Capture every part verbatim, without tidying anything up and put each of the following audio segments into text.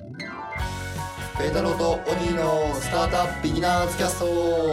ペータローとオニーのスタートアップビギナーズキャスト。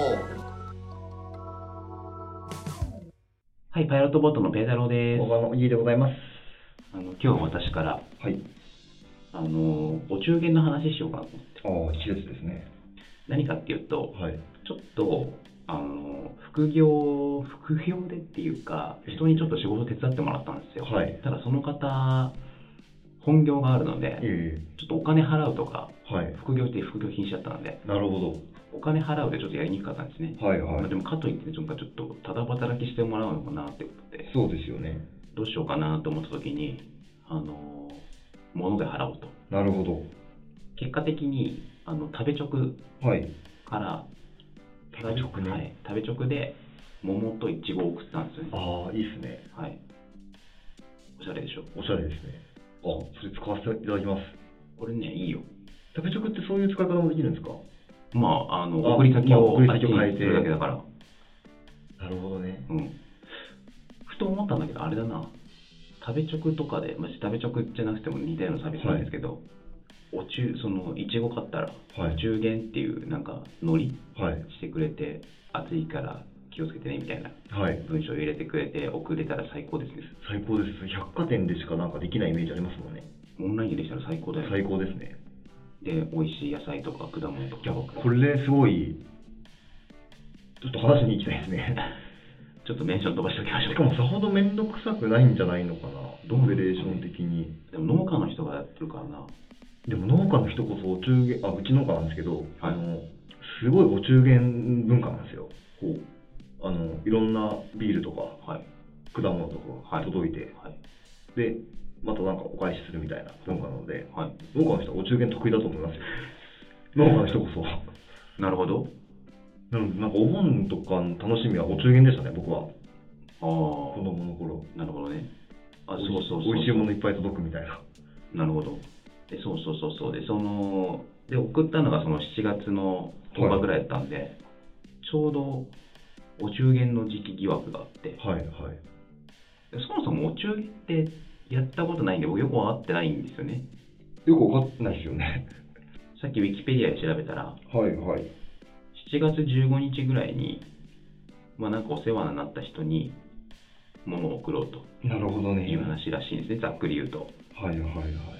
はい、パイロットボートのペータローです。 大場の家でございます。 あの今日私から、 はい。 あのお中元の話しようかなと思って。 ああ、一列ですね。 何かっていうと、 はい。 ちょっとあの副業副業でっていうか、人にちょっと仕事手伝ってもらったんですよ。 はい。 ただその方本業があるので、 えちょっとお金払うとか、 えはい。 副業って副業禁止だったので、 なるほど。 お金払うでちょっとやりにくかったんですね。 はいはい。 まあでもかといって、ちょっとただ働きしてもらうのかなってことで、 そうですよね。 どうしようかなと思った時に、あの物で払おうと。 なるほど。 結果的にあの食べ直はい。 から、 食べ直ね。 はい、食べ直で桃とイチゴを送ったんですよね。 ああ、いいですね。 はい。おしゃれでしょ。 おしゃれですね。あ、それ使わせていただきます。 これね、いいよ。 食べ直ってそういう使い方もできるんですか？ まあ、あのあ送り先をまあ送り先を変えてあっちにするだけだから。 なるほどね。 うん。ふと思ったんだけど、あれだな。食べ直とかで、まあ、食べ直じゃなくても似たようなサービスなんですけど、お中そのいちご買ったら、 はいお中元っていうなんかノリはい。 してくれて、暑いから気をつけてねみたいなはい。 文章を入れてくれて送れたら最高ですね。 最高です。百貨店でしかなんかできないイメージありますもんね。 オンラインでしたら最高だよ。 最高ですね。 で、美味しい野菜とか果物とか。 いや、これすごい、ちょっと話に行きたいですね。 ちょっとメンション飛ばしておきましょう。 しかもさほど面倒くさくないんじゃないのかな、オペレーション的に。 でも農家の人がやってるからな。 でも農家の人こそお中元、あ、うち農家なんですけど、 はい、 あのすごいお中元文化なんですよ。 ほう。 あのいろんなビールとか、 はい、 果物とかが届いて、 はいはい、 でまたなんかお返しするみたいな文化なので、 はい、 農家の人はお中元得意だと思いますよ。農家の人こそ。 なるほど。 なのでなんかお盆とかの楽しみはお中元でしたね、僕は。 ああ、 子供の頃。 なるほどね。あ、 そうそうそうそう。 美味しいものいっぱい届くみたいな。 なるほど。で、そうそうそうそう。で、その、で、送ったのがそのしちがつのとおかぐらいだったんで、はい、ちょうどお中元の時期疑惑があって、 はいはい。 そもそもお中元ってやったことないんで、僕よく分かってないんですよね。 よく分かってないですよね。 さっきウィキペディアで調べたら、 はいはい。 しちがつじゅうごにちぐらいに、まあなんかお世話になった人に物を送ろうと。 なるほどね。 いう話らしいんですね、ざっくり言うと。 はいはいはい。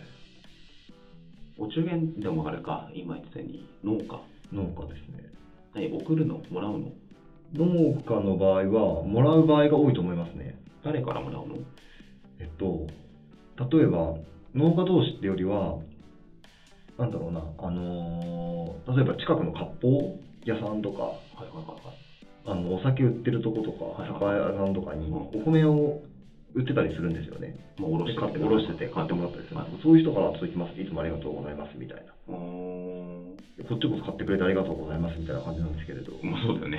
お中元でもあれか、今言ってたように農家。 農家ですね。 何、送るのもらうの？ 農家の場合は、もらう場合が多いと思いますね。 誰からもらうの？ えっと、例えば、農家同士ってよりは、なんだろうな、あのー、例えば近くの割烹屋さんとか、はいはいはいはい、あのお酒売ってるとことか、酒屋さんとかにお米を売ってたりするんですよね。 まあ、おろしてておろしてて買ってもらったりする、はい、そういう人から届きます、いつもありがとうございますみたいな。こっちこそ買ってくれてありがとうございますみたいな感じなんですけれど。 まあそうだよね。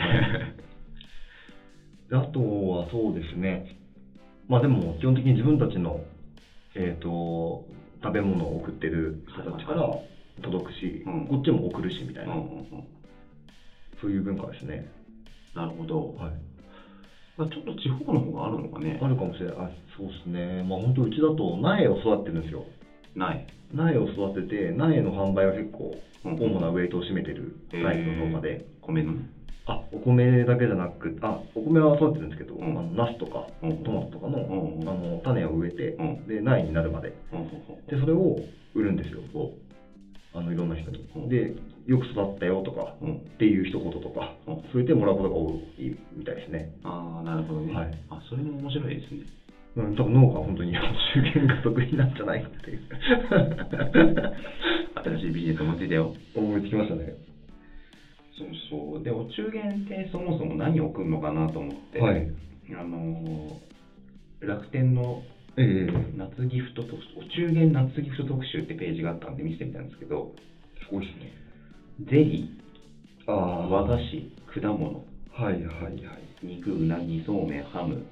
であとはそうですね、まあでも基本的に自分たちの、えーと、食べ物を送ってる人たちから届くし、はいはいはい、こっちも送るしみたいな、うんうんうん、そういう文化ですね。 なるほど。 はい。 ちょっと地方の方があるのかね。 あるかもしれない。あ、そうですね。まあ本当うちだと苗を育ててるんですよ。 苗。 苗を育てて、苗の販売は結構主なウェイトを占めてるタイプの農家で。 米の？ あ、お米だけじゃなく、あ、お米は育ててるんですけど、 うん、 あのナスとか、うん、トマトとかの、うん、あの種を植えて、うん、で苗になるまで、うん、でそれを売るんですよ。あのいろんな人に、うん、でよく育ったよとか、うん、っていう一言とか、うん、そう言ってもらうことが多いみたいですね。 ああ、なるほどね。はい、あ、それも面白いですね。 うん、多分農家は本当に中元が得意なんじゃないかっていう新しいビジネス思いついたよ。 思いつきましたね。 そうそう。で、お中元ってそもそも何を送るのかなと思って、はい、あの楽天の夏ギフト特集、えー、お中元夏ギフト特集ってページがあったんで見せてみたんですけど、 すごいですね。 ゼリー、 あ和菓子、果物、 はいはいはい、 肉、うなぎ、そうめん、ハム、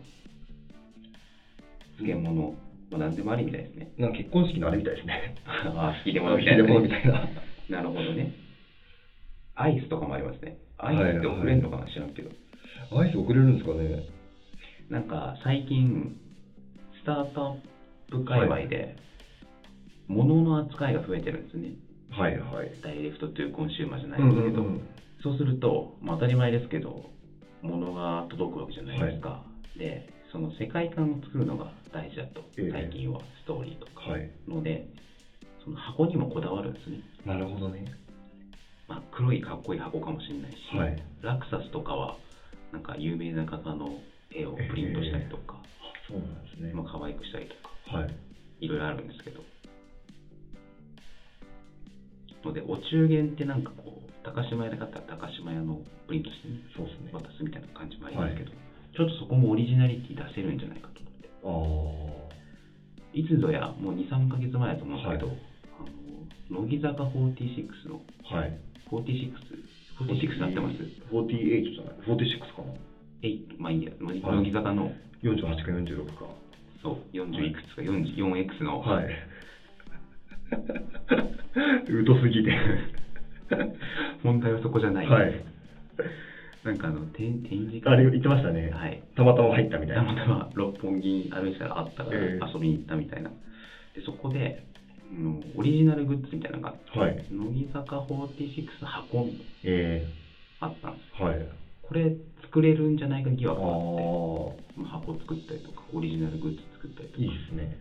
漬物、まあ、何でもありみたいですね。 なんか結婚式のあれみたいですね。 ああ、引き出物みたいな、ね。引き出物みたいな。なるほどね。アイスとかもありますね。アイスって送れるのかな、知らんけど。 アイス送れるんですかね。 なんか最近、スタートアップ界隈で、物の扱いが増えてるんですね。 はいはい、 ダイレクトトゥーコンシューマーじゃないですけど、うんうんうん、そうすると、まあ、当たり前ですけど物が届くわけじゃないですか、はい、でその世界観を作るのが大事だと、えー、最近はストーリーとかので、はい、その箱にもこだわるんですね。 なるほどね。 まあ、黒いかっこいい箱かもしれないし、はい、ラクサスとかはなんか有名な方の絵をプリントしたりとか、 えー、そうなんですね。 まあ、可愛くしたりとか、 はい、 いろいろあるんですけど、のでお中元ってなんかこう高島屋で買ったら高島屋のプリントして、ね、 そうですね、 渡すみたいな感じもありますけど、はい、ちょっとそこもオリジナリティ出せるんじゃないかと思って、あいつぞやもう にさんかげつまえだと思うんですけど、はい、あの乃木坂フォーティーシックスの、 はい、 フォーティーシックス フォーティーシックスなってます？ フォーティーエイトじゃない？フォーティーシックスかな？ えい、まあいいや、乃木坂のよんじゅうはちかよんじゅうろくか。 そう、よんじゅういくつか よんじゅうよんエックス の。 はい。疎すぎて。 問題はそこじゃない。 はい。 なんかあの、展示会。 あれ言ってましたね。 はい。 たまたま入ったみたいな。 たまたま六本木に歩いてたらあったから遊びに行ったみたいな。えー、でそこで、うん、オリジナルグッズみたいなのがあって、はい、乃木坂フォーティーシックス箱みたいな、えー、あったんです。はい。これ作れるんじゃないか疑惑があって、箱作ったりとか、オリジナルグッズ作ったりとか。 いいですね。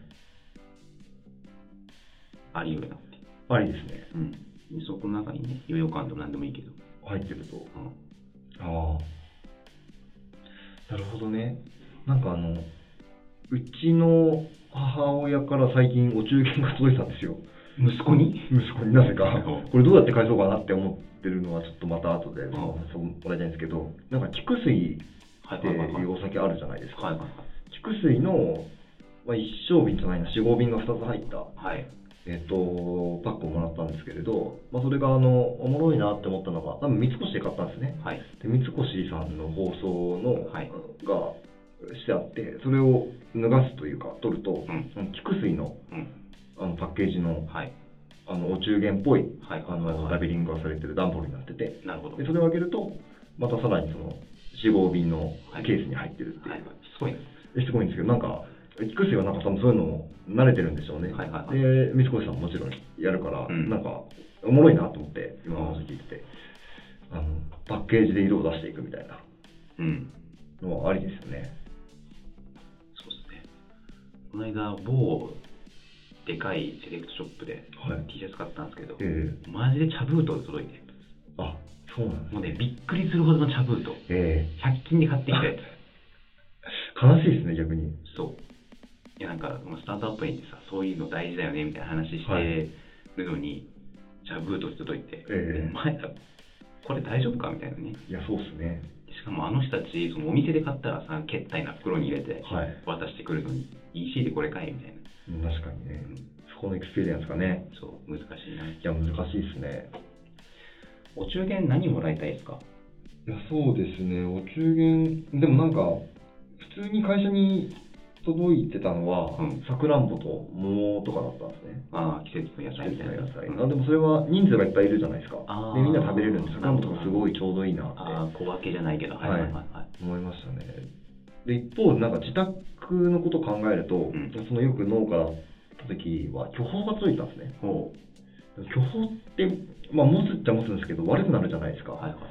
あり得るなって。 ありですね。 うん。でそこの中にね、ヨーヨーカンドも何でもいいけど。 入ってると。うん、ああ。なるほどね。なんかあの、うちの母親から最近お中元が届いたんですよ。 息子に息子になぜか。これどうやって返そうかなって思ってるのはちょっとまた後でもらいたいんですけど、なんか菊水っていうお酒あるじゃないですか。菊水の、まあ、一升瓶じゃないな、よん、ごびんがふたつ入った、はい、えっと、パックをもらったんですけれど、まあ、それがあのおもろいなって思ったのが、多分三越で買ったんですね。はい、で三越さんの包装の、はい、がしてあって、それを脱がすというか取ると、うん、菊水の、うん、あのパッケージの、はい、あのお中元っぽい、はい、あのラベリングがされてる段ボールになってて、なるほど。でそれを開けるとまたさらにそのよん、ごびんのケースに入ってるっていう、はいはい、すごいすごいんですけど、なんか菊水はなんか多分そういうのも慣れてるんでしょうね。はいはいはい、で三越さんももちろんやるから、うん、なんかおもろいなと思って今の話聞いてて、あのパッケージで色を出していくみたいなのはありですよね。 そうですね。この間某でかいセレクトショップで T シャツ買ったんですけど、はいえー、マジで茶封筒で届いて、 あ、そうなんですね。 もうね、びっくりするほどの茶封筒、えー、ひゃく均で買ってきたやつ。 悲しいですね、逆に。 そう。いや、なんかスタートアップにってさ、そういうの大事だよねみたいな話してるのに、茶封筒で届いて、えー、お前らこれ大丈夫かみたいなね。 いや、そうっすね。 しかもあの人たち、そのお店で買ったらさ、けったいな袋に入れて渡してくるのに、はい、イーシー でこれかいみたいな。 確かにね、うん、そこのエクスペリエンスがね。 そう、難しいな。いや、難しいですね。 お中元何もらいたいですか？ いや、そうですね、お中元、でもなんか、普通に会社に届いてたのは、さくらんぼと桃とかだったんですね。 ああ、季節の野菜みたいな。 季節の野菜。あ、でもそれは人数がいっぱいいるじゃないですか。で、みんな食べれるんで、さくらんぼとかすごいちょうどいいなって。 ああ、小分けじゃないけど、はいはいはい、はい。 思いましたね。で、一方、なんか自宅のことを考えると、うん、そのよく農家だった時は巨峰が届いたんですね。ほう。巨峰って、まあ、持つっちゃ持つんですけど、悪くなるじゃないですか。はいはい、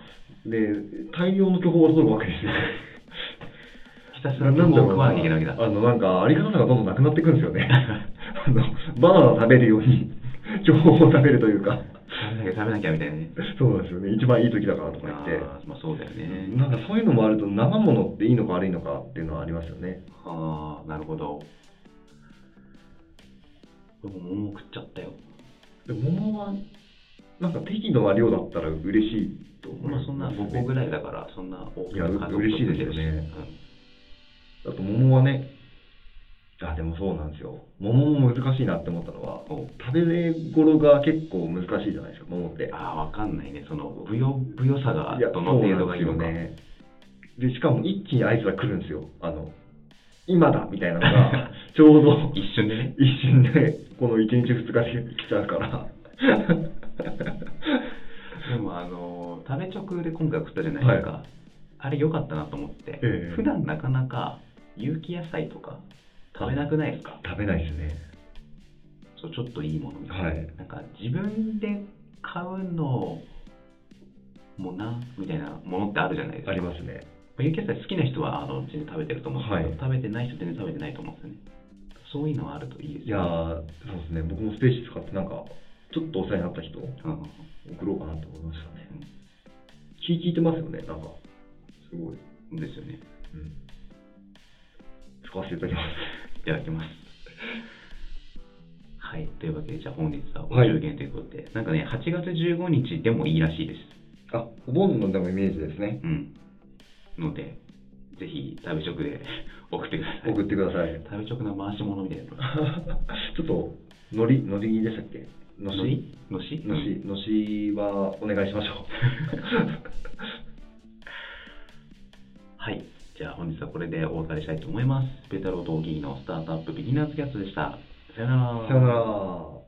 で、大量の巨峰が届くわけですよ。 ひたすら巨峰を食わなきゃいけないわけだ。 あの、なんか、ありがたさがどんどんなくなっていくんですよね。あの、バナナ食べるように、巨峰を食べるというか。 食べなきゃ食べなきゃみたいなね。 そうなんですよね。一番いい時だからとか言って。 あ、まあそうだよね。 なんかそういうのもあると、生ものっていいのか悪いのかっていうのはありますよね。 ああ、なるほど。僕も桃食っちゃったよ。 でも桃は、なんか適度な量だったら嬉しいと思います、ね。 まあそんなごこぐらいだから、そんな大きな家族嬉しいですよね。うん、あと桃はね、あ、でもそうなんですよ。桃も難しいなって思ったのは、食べ頃が結構難しいじゃないですか、桃って。 ああ、わかんないね。その、ぶよ、ぶよさがどの程度がいいのか。 ね。で、しかも一気に合図が来るんですよ。あの、今だみたいなのが、ちょうど一瞬でね。 一瞬で、このいちにちふつかで来ちゃうから。 でも、あの、食べ直で今回食ったじゃないですか。はい、あれ良かったなと思って、ええ、普段なかなか有機野菜とか、食べなくないですか？ 食べないですね。 そうちょっといいものみたいな、 はい、 なんか自分で買うのもなみたいなものってあるじゃないですか。 ありますね。 有機野菜好きな人はあの全然食べてると思うんですけど、はい、食べてない人全然食べてないと思うんですよね。そういうのはあるといいですね。 いやー、そうですね。僕もスペーシ使ってなんかちょっとお世話になった人、うん、送ろうかなと思いましたね。うん、気利いてますよね。なんかすごいですよね。 うん、使わせていただきます。 いただきます。はい、というわけでじゃあ本日はお中元ということで、はい、なんかねはちがつじゅうごにちでもいいらしいです。 あ、お盆のでもイメージですね。 うん。のでぜひ食べ直で送ってください。 送ってください。 食べ直の回し物みたいな。 ちょっとのりのりでしたっけ？のしのしのしのしはお願いしましょう。 はい。じゃあ本日はこれでお別れしたいと思います。ペータローとオギーのスタートアップビギナーズキャットでした。さよなら。 さよなら。